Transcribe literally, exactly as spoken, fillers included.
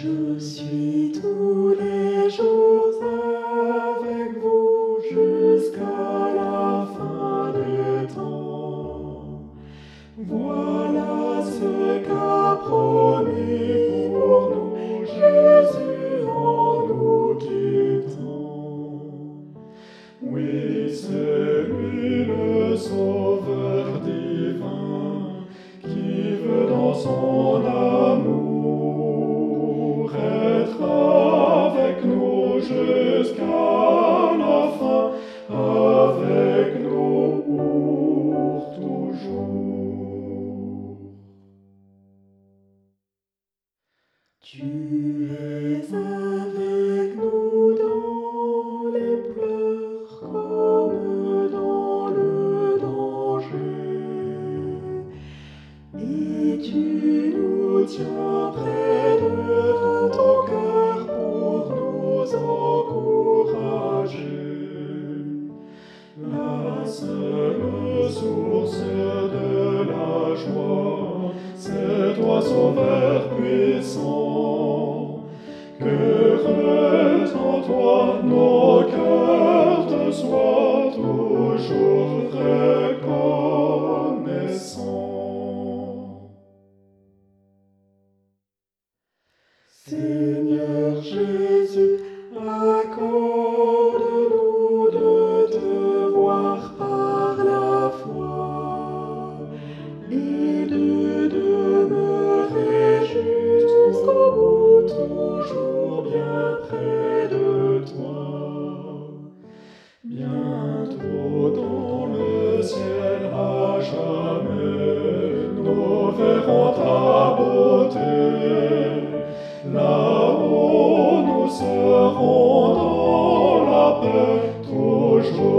Je suis tous les jours avec vous jusqu'à la fin des temps. Voilà ce qu'a promis pour nous Jésus en nous quittant. Oui, c'est lui le Sauveur divin qui veut dans son amour être avec nous jusqu'à la fin, avec nous pour toujours. Tu es avec nous dans les pleurs comme dans le danger, et tu nous tiens près de ton cœur pour nous encourager. La seule source de la joie, c'est toi, Sauveur puissant. Qu'heureux en toi nos cœurs te soient toujours reconnaissants. Seigneur Jésus, accorde-nous de te voir par la foi et de demeurer jusqu'au bout, toujours bien près de toi. Bientôt dans le ciel à jamais, nous verrons ta beauté. Là-haut nous serons dans la paix, toujours